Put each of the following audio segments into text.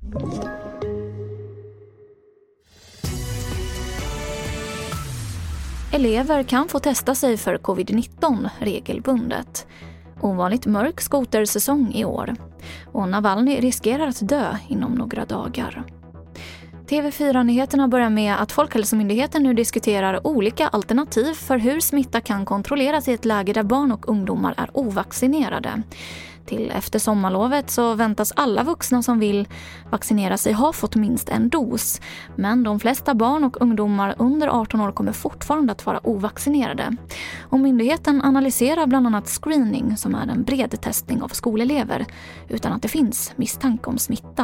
Elever kan få testa sig för covid-19 regelbundet. Ovanligt mörk skotersäsong i år. Och Navalny riskerar att dö inom några dagar. TV4-nyheterna börjar med att Folkhälsomyndigheten nu diskuterar olika alternativ för hur smitta kan kontrolleras i ett läge där barn och ungdomar är ovaccinerade. Till efter sommarlovet så väntas alla vuxna som vill vaccinera sig ha fått minst en dos. Men de flesta barn och ungdomar under 18 år kommer fortfarande att vara ovaccinerade. Och myndigheten analyserar bland annat screening, som är en bred testning av skolelever, utan att det finns misstanke om smitta.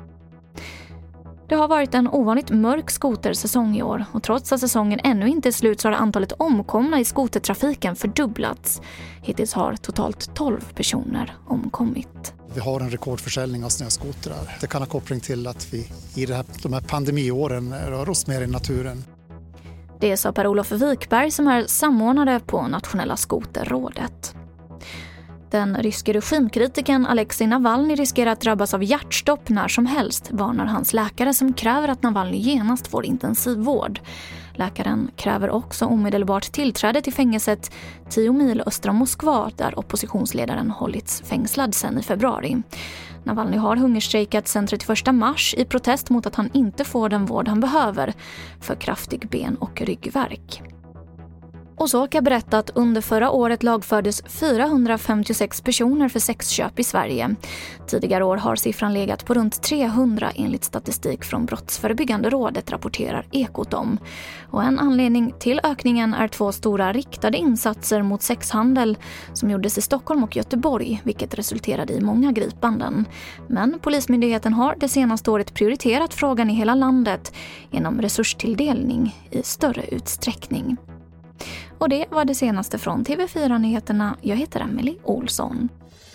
Det har varit en ovanligt mörk skotersäsong i år och trots att säsongen ännu inte är slut så har antalet omkomna i skotertrafiken fördubblats. Hittills har totalt 12 personer omkommit. Vi har en rekordförsäljning av snöskotrar. Det kan ha koppling till att vi i de här pandemiåren rör oss mer i naturen. Det sa Per-Olof Wikberg som är samordnare på Nationella skoterrådet. Den ryske regimkritiken Alexej Navalny riskerar att drabbas av hjärtstopp när som helst, varnar hans läkare som kräver att Navalny genast får intensivvård. Läkaren kräver också omedelbart tillträde till fängelset 10 mil östra Moskva där oppositionsledaren hållits fängslad sedan i februari. Navalny har hungerstrejkat sedan 31 mars i protest mot att han inte får den vård han behöver för kraftig ben- och ryggvärk. Och så kan jag berätta att under förra året lagfördes 456 personer för sexköp i Sverige. Tidigare år har siffran legat på runt 300 enligt statistik från Brottsförebyggande rådet, rapporterar Ekot om. Och en anledning till ökningen är 2 stora riktade insatser mot sexhandel som gjordes i Stockholm och Göteborg, vilket resulterade i många gripanden. Men Polismyndigheten har det senaste året prioriterat frågan i hela landet genom resurstilldelning i större utsträckning. Och det var det senaste från TV4-nyheterna. Jag heter Emily Olsson.